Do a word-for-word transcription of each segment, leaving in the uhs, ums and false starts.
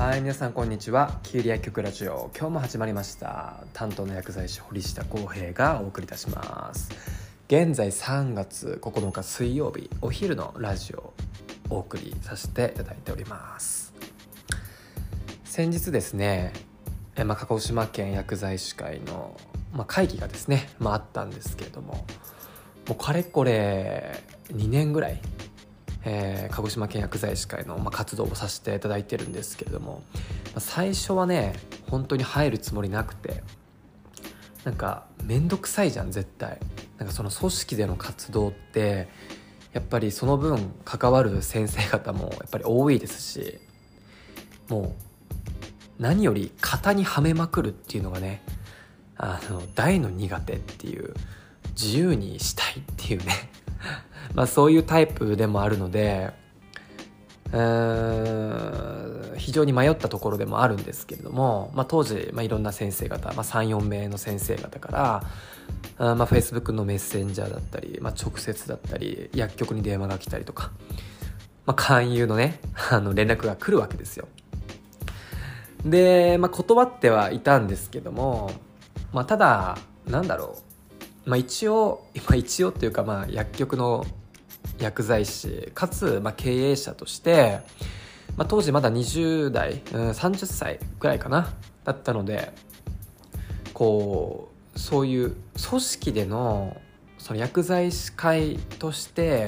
はい、皆さんこんにちは。キュウリ薬局ラジオ、今日も始まりました。担当の薬剤師堀下康平がお送りいたします。現在さんがつここのか水曜日、お昼のラジオをお送りさせていただいております。先日ですね、えまあ、鹿児島県薬剤師会の、まあ、会議がですね、まあ、あったんですけれども、もうかれこれにねんぐらいえー、鹿児島県薬剤師会の、まあ、活動をさせていただいてるんですけれども、まあ、最初はね本当に入るつもりなくて、なんかめんどくさいじゃん絶対。なんかその組織での活動ってやっぱりその分関わる先生方もやっぱり多いですし、もう何より型にはめまくるっていうのがね、あの大の苦手っていう、自由にしたいっていうねまあそういうタイプでもあるので、うーん非常に迷ったところでもあるんですけれども、まあ、当時、まあ、いろんな先生方、まあ、さん、よんめいの先生方からあ、まあ、Facebook のメッセンジャーだったり、まあ、直接だったり薬局に電話が来たりとか、まあ、勧誘のねあの連絡が来るわけですよ。で、まあ、断ってはいたんですけども、まあ、ただなんだろう、まあ、一応、まあ、一応っていうか、まあ、薬局の薬剤師かつ、まあ、経営者として、まあ、当時まだにじゅうだい、うん、さんじゅっさいぐらいかなだったので、こうそういう組織でのその薬剤師会として、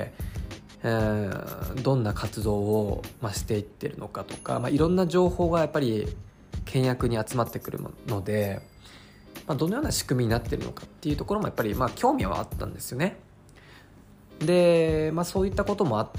うん、どんな活動を、まあ、していってるのかとか、まあ、いろんな情報がやっぱり倹約に集まってくるので、まあ、どのような仕組みになっているのかっていうところもやっぱりまあ興味はあったんですよね。で、まあ、そういったこともあって、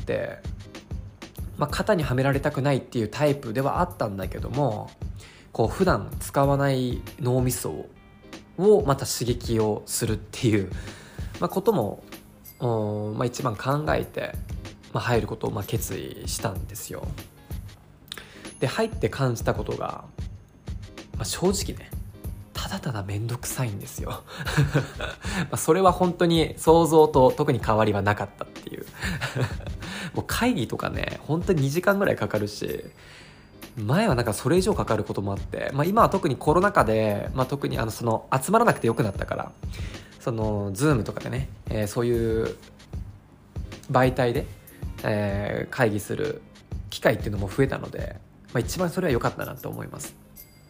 まあ、型にはめられたくないっていうタイプではあったんだけども、こう普段使わない脳みそをまた刺激をするっていう、まあ、ことも、まあ、一番考えて、まあ、入ることをまあ決意したんですよ。で入って感じたことが、まあ、正直ねただただめんどくさいんですよまあそれは本当に想像と特に変わりはなかったっていうもう会議とかね本当ににじかんぐらいかかるし、前はなんかそれ以上かかることもあって、まあ、今は特にコロナ禍で、まあ、特にあのその集まらなくてよくなったから、その Zoom とかでね、えー、そういう媒体で、えー、会議する機会っていうのも増えたので、まあ、一番それは良かったなと思います。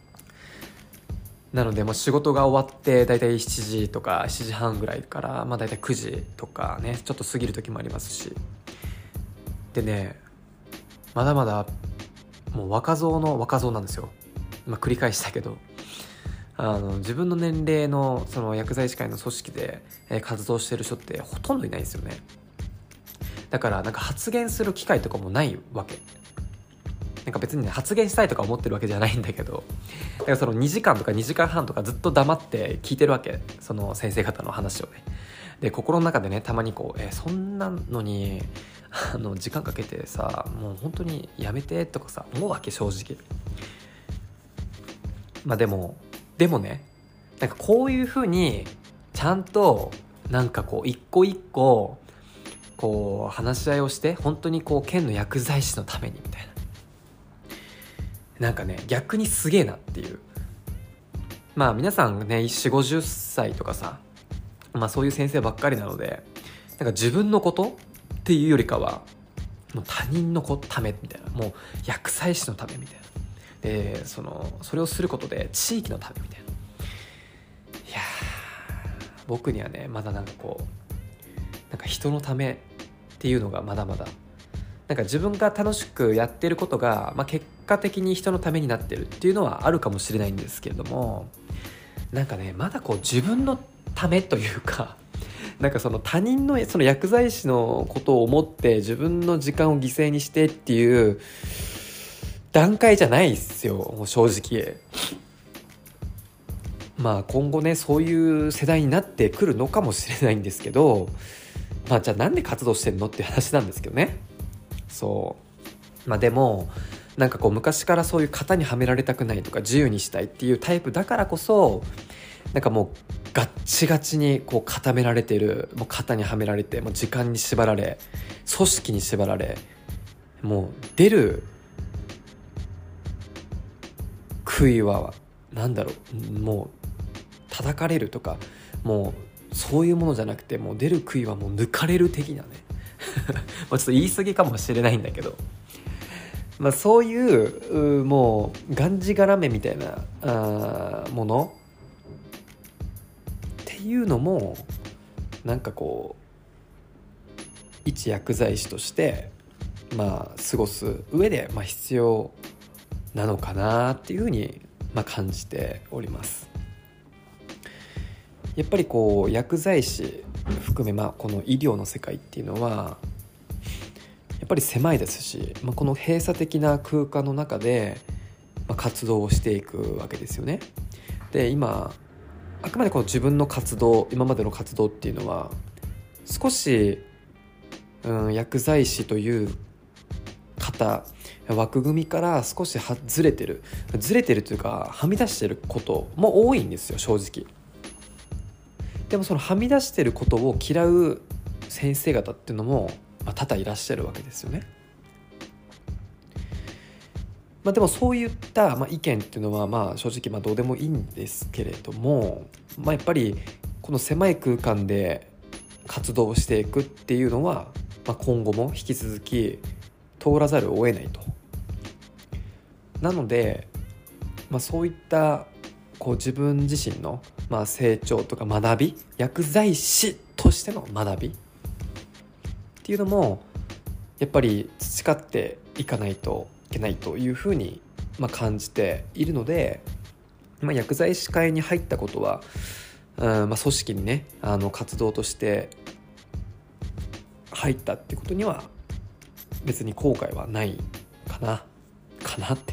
なのでもう仕事が終わってだいたいしちじとかしちじはんぐらいから、まあ、だいたいくじとかねちょっと過ぎる時もありますし、でねまだまだもう若造の若造なんですよ。まあ、繰り返したけど、あの自分の年齢のその薬剤師会の組織で活動してる人ってほとんどいないんですよね。だからなんか発言する機会とかもないわけ。なんか別にね発言したいとか思ってるわけじゃないんだけど、だからそのにじかんとかにじかんはんとかずっと黙って聞いてるわけ、その先生方の話をね。で心の中でねたまにこうえそんなのにあの時間かけてさもう本当にやめてとかさ思うわけ正直。まあでもでもねなんかこういう風にちゃんとなんかこう一個一個こう話し合いをして本当にこう県の薬剤師のためにみたいな、なんかね逆にすげえなっていう。まあ皆さんねよんじゅうごじゅっさいとかさ、まあそういう先生ばっかりなので、なんか自分のことっていうよりかはもう他人のためみたいな、もう薬剤師のためみたいな、でそのそれをすることで地域のためみたいな。いや僕にはねまだなんかこうなんか人のためっていうのがまだまだなんか自分が楽しくやってることが、まあ、結果的に人のためになってるっていうのはあるかもしれないんですけれども、なんかねまだこう自分のためというかなんかその他人のその薬剤師のことを思って自分の時間を犠牲にしてっていう段階じゃないですよもう正直。まあ今後ねそういう世代になってくるのかもしれないんですけど、まあじゃあなんで活動してんのっていう話なんですけどね。そうまあでもなんかこう昔からそういう型にはめられたくないとか自由にしたいっていうタイプだからこそ、なんかもうガッチガチにこう固められてる、もう型にはめられて、もう時間に縛られ組織に縛られ、もう出る悔いはなんだろう、もう叩かれるとかもうそういうものじゃなくて、もう出る悔いはもう抜かれる的なねまあちょっと言い過ぎかもしれないんだけど、まあ、そういうもうがんじがらめみたいなあものっていうのもなんかこう一薬剤師としてまあ過ごす上でまあ必要なのかなっていうふうにまあ感じております。やっぱりこう薬剤師含め、まあ、この医療の世界っていうのはやっぱり狭いですし、まあ、この閉鎖的な空間の中で、まあ、活動をしていくわけですよね。で今あくまでこの自分の活動、今までの活動っていうのは少し、うん、薬剤師という方枠組みから少しはずれてるずれてるというかはみ出してることも多いんですよ、正直。でもそのはみ出してることを嫌う先生方っていうのも、まあ、多々いらっしゃるわけですよね。まあ、でもそういった、まあ、意見っていうのはまあ正直まあどうでもいいんですけれども、まあ、やっぱりこの狭い空間で活動をしていくっていうのは、まあ、今後も引き続き通らざるを得ないと。なので、まあ、そういったこう自分自身のまあ成長とか学び、薬剤師としての学びっていうのもやっぱり培っていかないといけないというふうにまあ感じているので、まあ、薬剤師会に入ったことは、うんまあ、組織にねあの活動として入ったっていうことには別に後悔はないかなかなって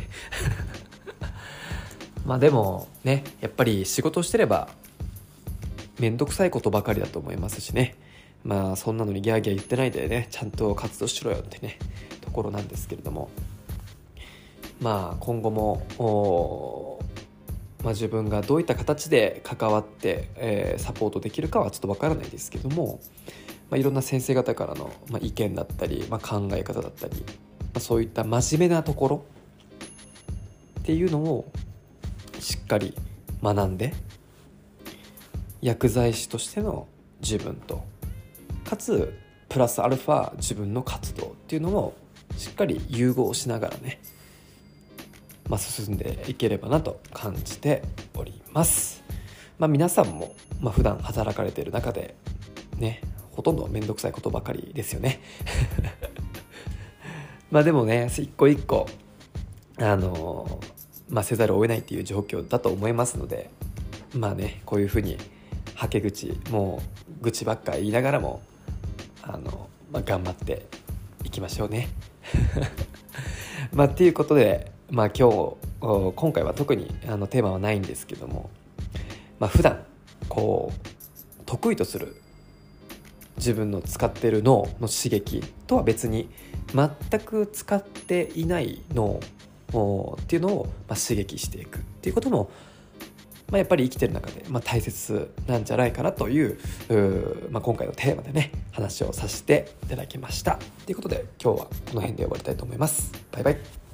まあでもね、やっぱり仕事してればめんどくさいことばかりだと思いますしね、まあそんなのにギャーギャー言ってないでね、ちゃんと活動しろよってねところなんですけれども、まあ今後もまあ、自分がどういった形で関わって、えー、サポートできるかはちょっとわからないですけども、まあ、いろんな先生方からの、まあ、意見だったり、まあ、考え方だったり、まあ、そういった真面目なところっていうのをしっかり学んで、薬剤師としての自分とかつプラスアルファ自分の活動っていうのをしっかり融合しながらね、まあ、進んでいければなと感じております。まあ、皆さんも、まあ、普段働かれている中でね、ほとんどめんどくさいことばかりですよねまあでもね、一個一個あのまあ、せざるを得ないっていう状況だと思いますので、まあね、こういうふうにはけ口、もう愚痴ばっか言いながらもあの、まあ、頑張っていきましょうねまあっていうことで、まあ、今日今回は特にあのテーマはないんですけども、まあ、普段こう得意とする自分の使っている脳の刺激とは別に全く使っていない脳っていうのをまあ刺激していくっていうことも、まあ、やっぱり生きてる中でまあ大切なんじゃないかなという、う、まあ、今回のテーマでね話をさせていただきました。ということで今日はこの辺で終わりたいと思います。バイバイ。